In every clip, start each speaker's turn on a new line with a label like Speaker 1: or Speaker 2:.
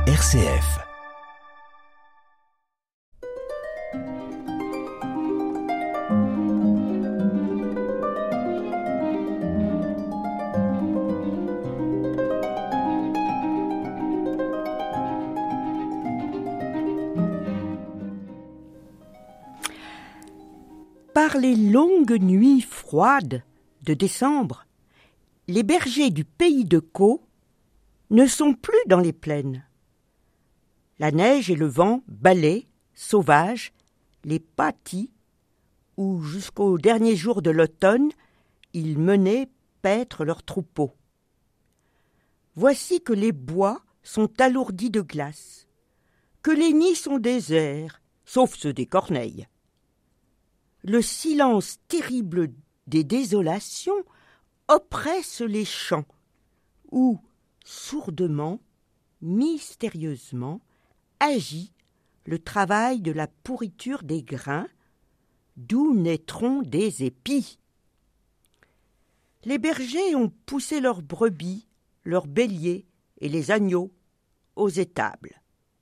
Speaker 1: RCF.
Speaker 2: Par les longues nuits froides de décembre, les bergers du pays de Caux ne sont plus dans les plaines. La neige et le vent balaient, sauvages, les pâtis où, jusqu'au dernier jour de l'automne, ils menaient paître leurs troupeaux. Voici que les bois sont alourdis de glace, que les nids sont déserts, sauf ceux des corneilles. Le silence terrible des désolations oppresse les champs, où, sourdement, mystérieusement, agit le travail de la pourriture des grains, d'où naîtront des épis. Les bergers ont poussé leurs brebis, leurs béliers et les agneaux aux étables.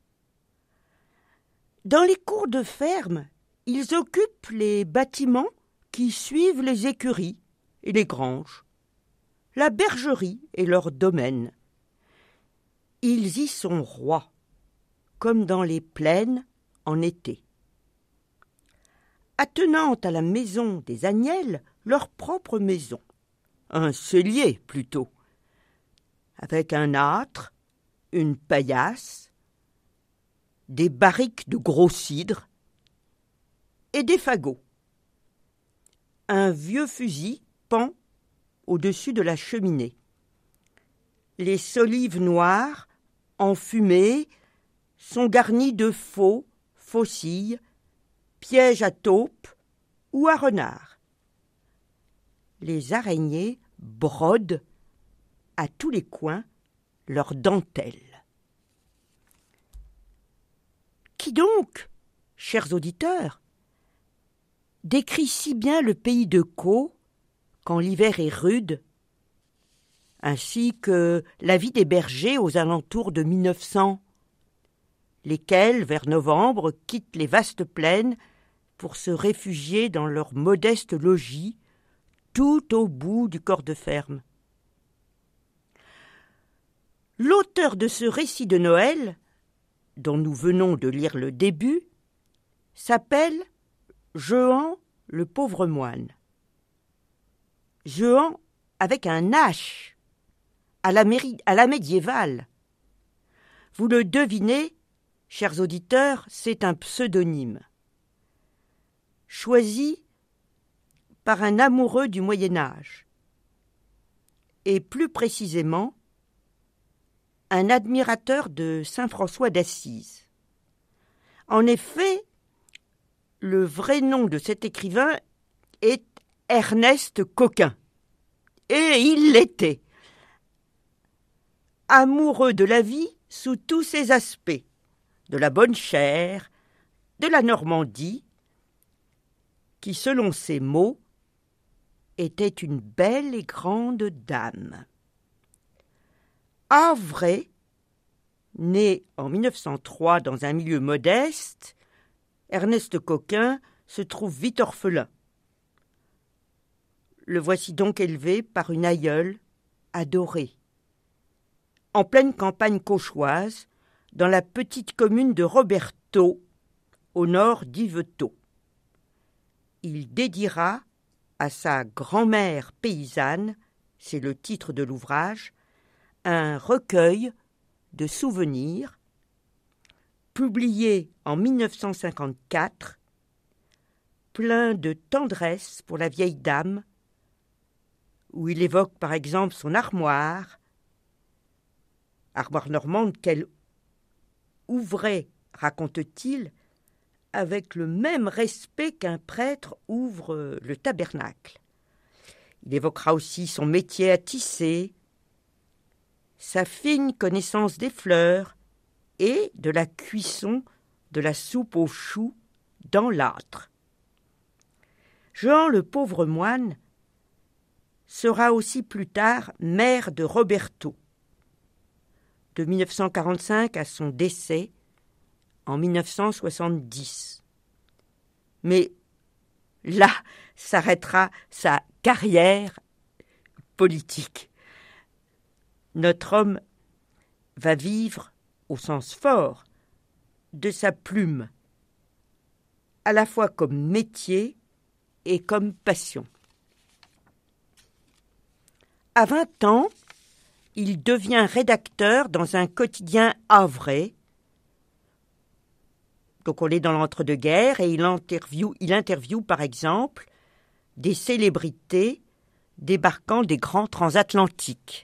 Speaker 2: Dans les cours de ferme, ils occupent les bâtiments qui suivent les écuries et les granges. La bergerie est leur domaine. Ils y sont rois, comme dans les plaines en été. Attenant à la maison des agnelles, leur propre maison, un cellier plutôt, avec un âtre, une paillasse, des barriques de gros cidre et des fagots. Un vieux fusil pend au-dessus de la cheminée. Les solives noires, enfumées, sont garnies de faux, faucilles, pièges à taupes ou à renards. Les araignées brodent à tous les coins leurs dentelles. Qui donc, chers auditeurs, décrit si bien le pays de Caux quand l'hiver est rude, ainsi que la vie des bergers aux alentours de 1900, lesquels, vers novembre, quittent les vastes plaines pour se réfugier dans leur modeste logis, tout au bout du corps de ferme. L'auteur de ce récit de Noël, dont nous venons de lire le début, s'appelle Jehan le pauvre moine. Jehan avec un H, à la médiévale. Vous le devinez, chers auditeurs, c'est un pseudonyme. Choisi par un amoureux du Moyen-Âge, et plus précisément, un admirateur de saint François d'Assise. En effet, le vrai nom de cet écrivain est Ernest Coquin. Et il l'était. Amoureux de la vie sous tous ses aspects, de la bonne chère, de la Normandie, qui, selon ses mots, était une belle et grande dame. Havrais, né en 1903 dans un milieu modeste, Ernest Coquin se trouve vite orphelin. Le voici donc élevé par une aïeule adorée, en pleine campagne cauchoise, dans la petite commune de Robertot, au nord d'Yvetot. Il dédiera à sa grand-mère paysanne, c'est le titre de l'ouvrage, un recueil de souvenirs, publié en 1954, plein de tendresse pour la vieille dame, où il évoque par exemple son armoire normande qu'elle ouvrait, raconte-t-il, avec le même respect qu'un prêtre ouvre le tabernacle. Il évoquera aussi son métier à tisser, sa fine connaissance des fleurs et de la cuisson de la soupe aux choux dans l'âtre. Jehan le pauvre moine sera aussi plus tard maire de Robertot. de 1945 à son décès en 1970. Mais là s'arrêtera sa carrière politique. Notre homme va vivre, au sens fort, de sa plume, à la fois comme métier et comme passion. À 20 ans, il devient rédacteur dans un quotidien havrais. Donc on est dans l'entre-deux-guerres et il interviewe par exemple des célébrités débarquant des grands transatlantiques.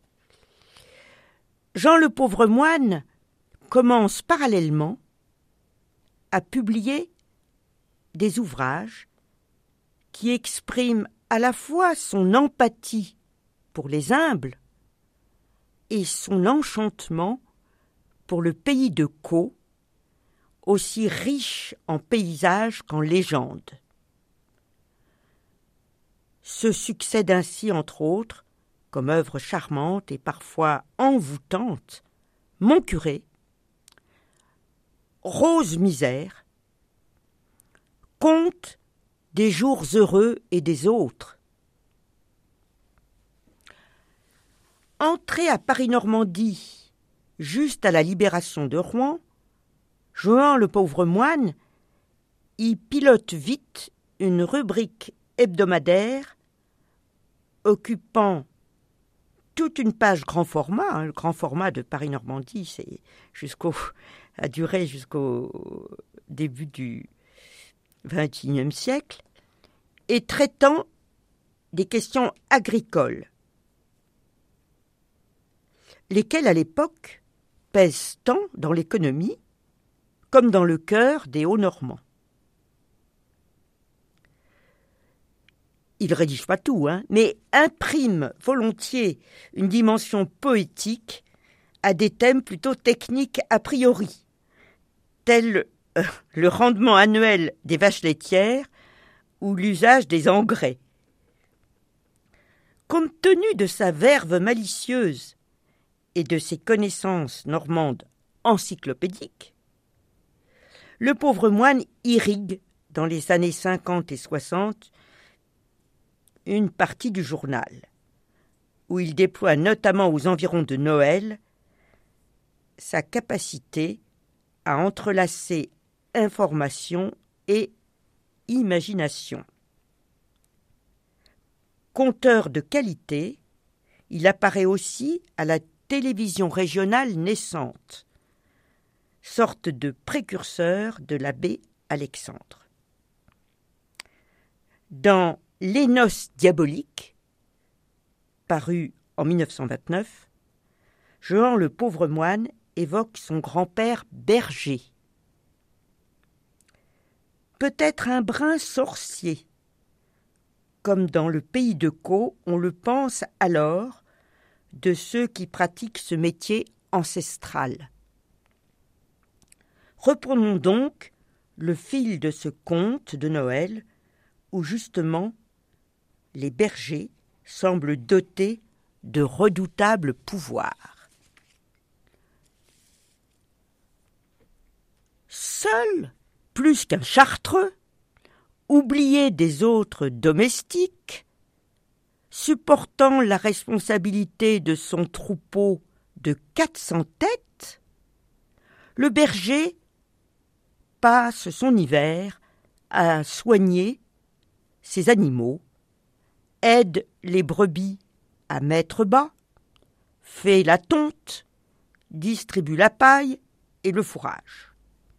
Speaker 2: Jean le Pauvre-Moine commence parallèlement à publier des ouvrages qui expriment à la fois son empathie pour les humbles et son enchantement pour le pays de Caux, aussi riche en paysages qu'en légendes. Se succèdent ainsi, entre autres, comme œuvre charmante et parfois envoûtante, Mon curé, Rose misère, Conte des jours heureux et des autres. Entré à Paris-Normandie juste à la libération de Rouen, Jehan le Pauvre-Moine y pilote vite une rubrique hebdomadaire occupant toute une page grand format. Le grand format de Paris-Normandie, a duré jusqu'au début du XXIe siècle, et traitant des questions agricoles, lesquelles à l'époque pèsent tant dans l'économie comme dans le cœur des Hauts-Normands. Il ne rédige pas tout, mais imprime volontiers une dimension poétique à des thèmes plutôt techniques a priori, tels le rendement annuel des vaches laitières ou l'usage des engrais. Compte tenu de sa verve malicieuse et de ses connaissances normandes encyclopédiques, le Pauvre-Moine irrigue, dans les années 50 et 60, une partie du journal, où il déploie notamment aux environs de Noël sa capacité à entrelacer information et imagination. Conteur de qualité, il apparaît aussi à la télévision régionale naissante, sorte de précurseur de l'abbé Alexandre. Dans Les Noces diaboliques, paru en 1929, Jehan le Pauvre-Moine évoque son grand-père berger. Peut-être un brin sorcier, comme dans le pays de Caux, on le pense alors de ceux qui pratiquent ce métier ancestral. Reprenons donc le fil de ce conte de Noël, où justement les bergers semblent dotés de redoutables pouvoirs. Seul, plus qu'un chartreux, oublié des autres domestiques, supportant la responsabilité de son troupeau de 400 têtes, le berger passe son hiver à soigner ses animaux, aide les brebis à mettre bas, fait la tonte, distribue la paille et le fourrage.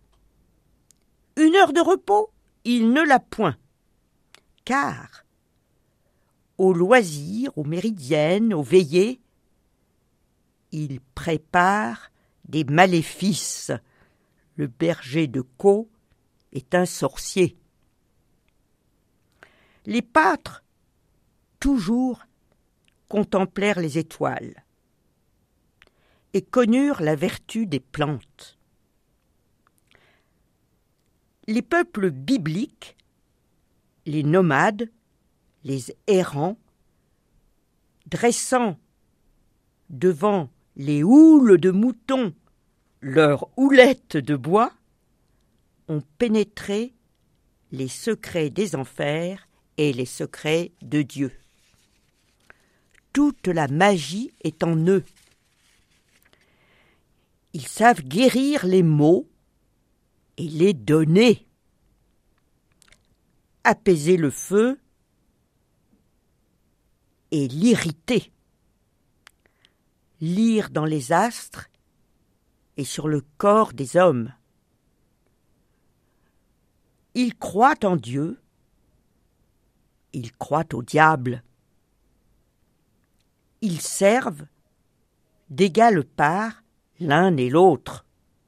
Speaker 2: 1 heure de repos, il ne l'a point, car aux loisirs, aux méridiennes, aux veillées, il prépare des maléfices. Le berger de Caux est un sorcier. Les pâtres, toujours, contemplèrent les étoiles et connurent la vertu des plantes. Les peuples bibliques, les nomades, les errants, dressant devant les houles de moutons, leurs houlettes de bois, ont pénétré les secrets des enfers et les secrets de Dieu. Toute la magie est en eux. Ils savent guérir les maux et les donner, apaiser le feu et l'irriter, lire dans les astres et sur le corps des hommes. Ils croient en Dieu, ils croient au diable. Ils servent d'égale part l'un et l'autre.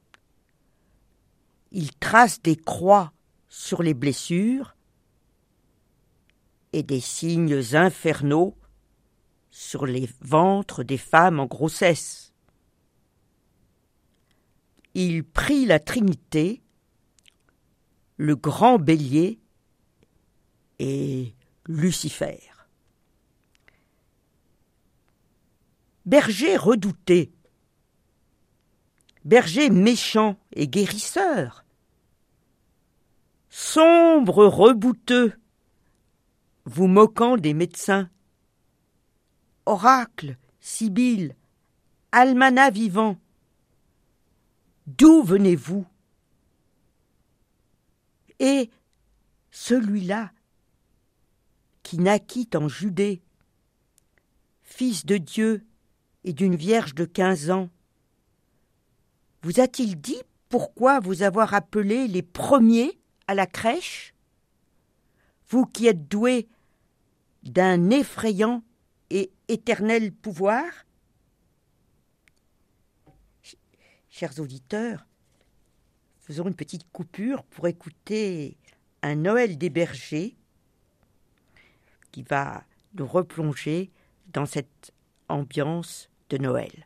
Speaker 2: Ils tracent des croix sur les blessures et des signes infernaux sur les ventres des femmes en grossesse. Ils prient la Trinité, le grand bélier et Lucifer. Berger redouté, berger méchant et guérisseur, sombre rebouteux, vous moquant des médecins, oracle, sibylle, almanach vivant, d'où venez-vous? Et celui-là qui naquit en Judée, fils de Dieu et d'une vierge de 15 ans, vous a-t-il dit pourquoi vous avoir appelés les premiers à la crèche? Vous qui êtes doués d'un effrayant et éternel pouvoir? Chers auditeurs, faisons une petite coupure pour écouter un Noël des bergers qui va nous replonger dans cette ambiance de Noël.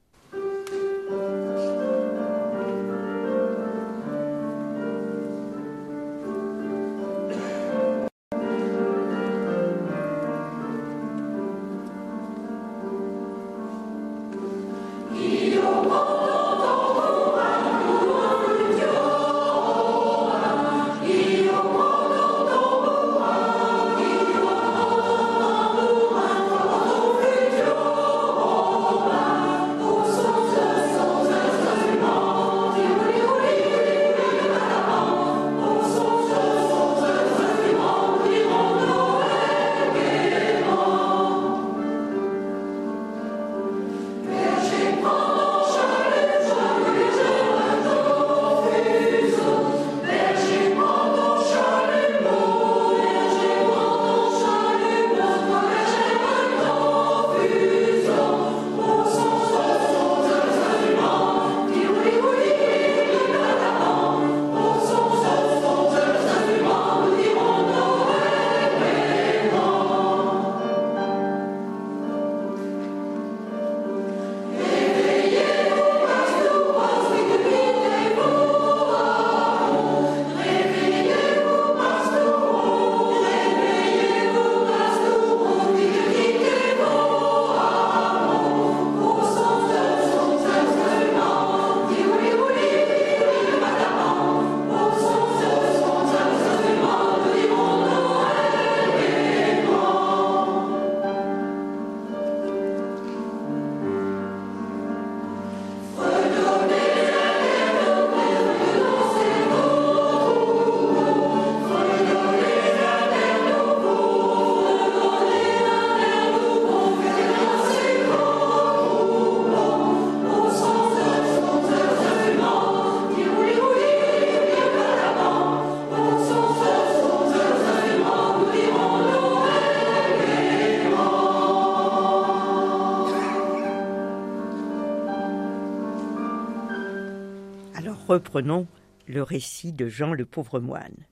Speaker 2: Reprenons le récit de Jean le pauvre moine,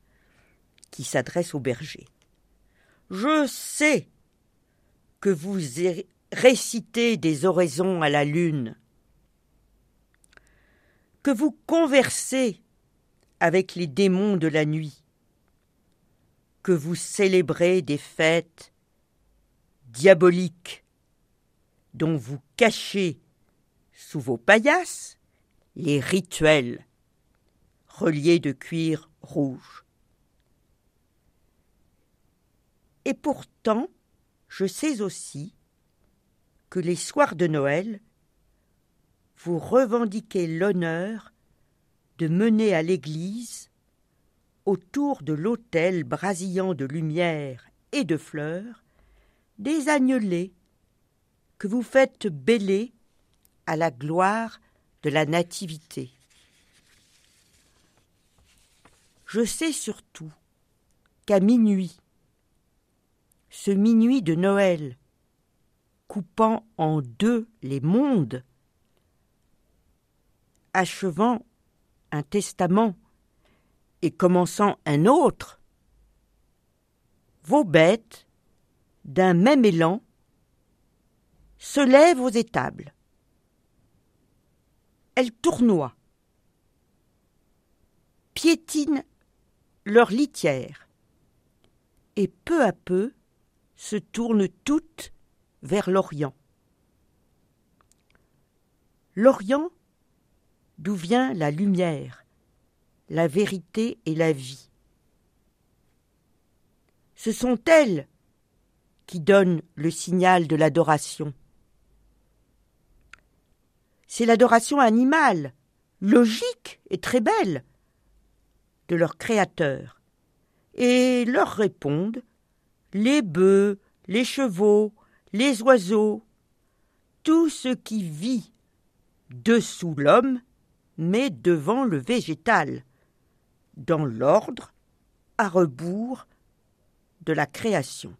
Speaker 2: qui s'adresse au berger. Je sais que vous récitez des oraisons à la lune, que vous conversez avec les démons de la nuit, que vous célébrez des fêtes diaboliques dont vous cachez sous vos paillasses, les rituels, reliés de cuir rouge. Et pourtant, je sais aussi que les soirs de Noël, vous revendiquez l'honneur de mener à l'église, autour de l'autel brasillant de lumière et de fleurs, des agnelets que vous faites bêler à la gloire de la nativité. Je sais surtout qu'à minuit, ce minuit de Noël, coupant en deux les mondes, achevant un testament et commençant un autre, vos bêtes, d'un même élan, se lèvent aux étables. Elles tournoient, piétinent leur litière, et peu à peu se tournent toutes vers l'Orient. L'Orient, d'où vient la lumière, la vérité et la vie. Ce sont elles qui donnent le signal de l'adoration. C'est l'adoration animale, logique et très belle, de leur créateur. Et leur répondent les bœufs, les chevaux, les oiseaux, tout ce qui vit dessous l'homme, mais devant le végétal, dans l'ordre, à rebours de la création.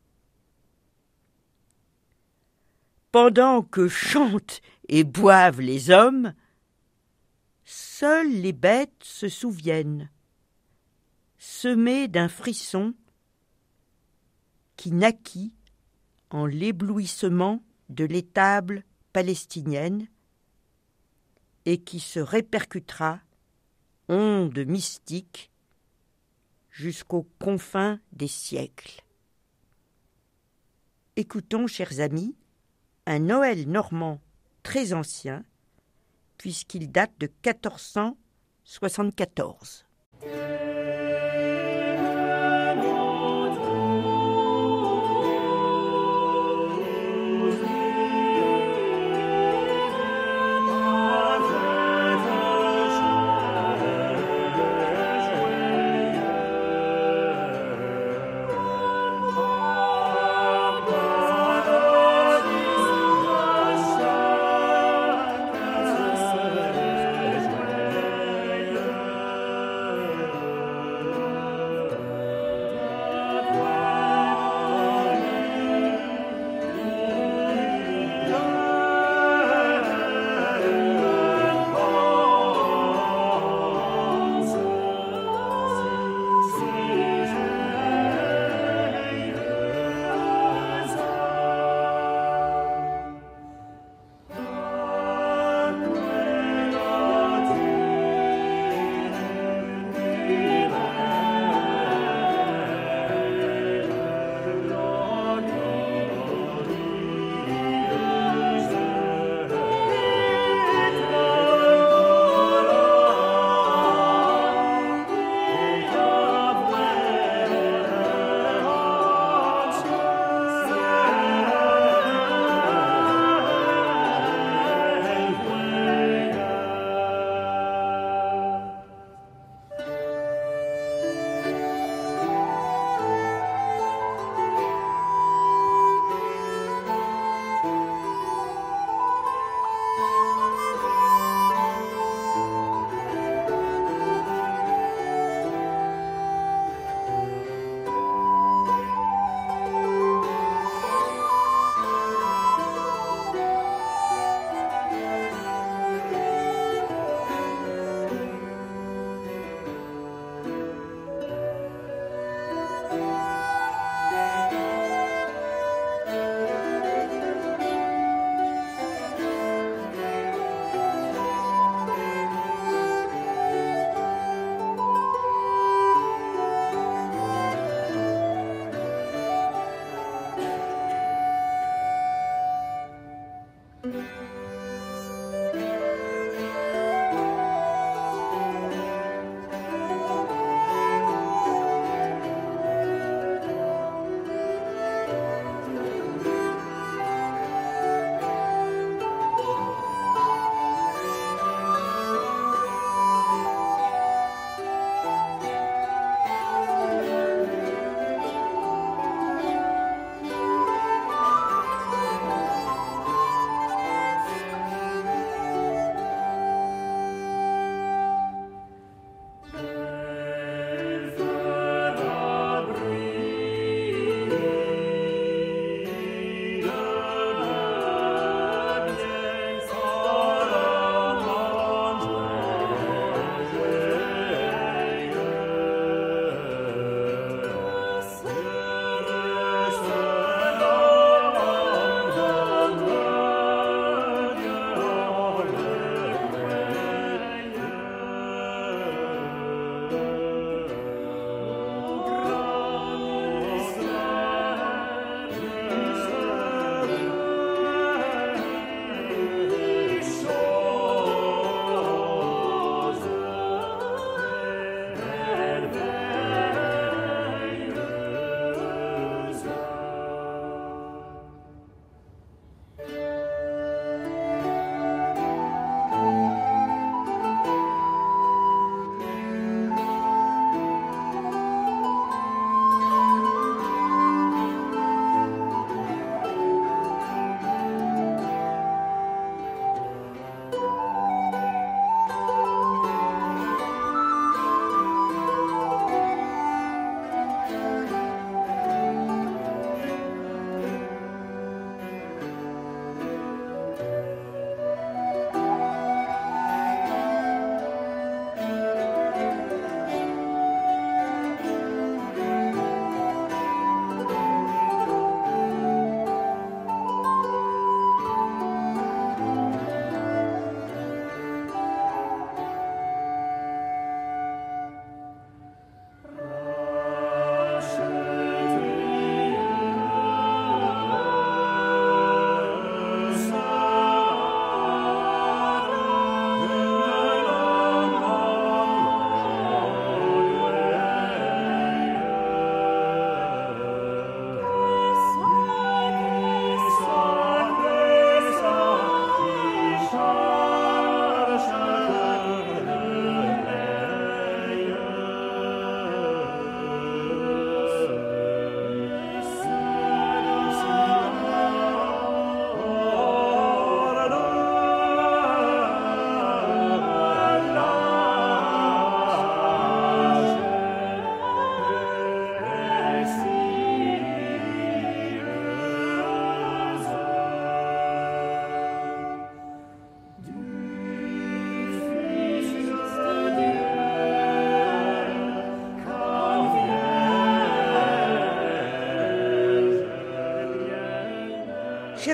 Speaker 2: Pendant que chantent et boivent les hommes, seules les bêtes se souviennent, semées d'un frisson qui naquit en l'éblouissement de l'étable palestinienne et qui se répercutera, onde mystique, jusqu'aux confins des siècles. Écoutons, chers amis, un Noël normand très ancien, puisqu'il date de 1474.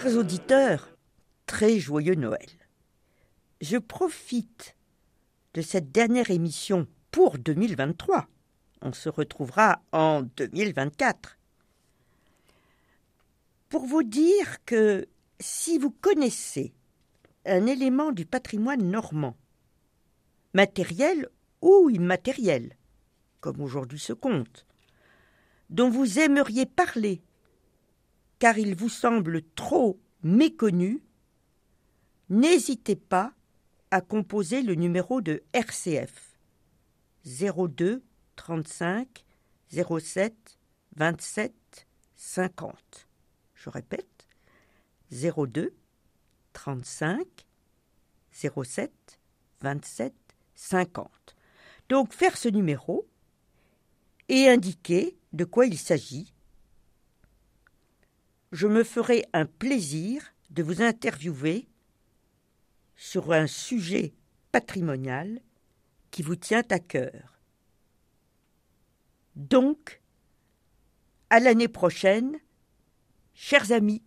Speaker 2: Chers auditeurs, très joyeux Noël. Je profite de cette dernière émission pour 2023. On se retrouvera en 2024. Pour vous dire que si vous connaissez un élément du patrimoine normand, matériel ou immatériel, comme aujourd'hui se compte, dont vous aimeriez parler, car il vous semble trop méconnu, n'hésitez pas à composer le numéro de RCF 02 35 07 27 50. Je répète, 02 35 07 27 50. Donc faire ce numéro et indiquer de quoi il s'agit. Je me ferai un plaisir de vous interviewer sur un sujet patrimonial qui vous tient à cœur. Donc, à l'année prochaine, chers amis.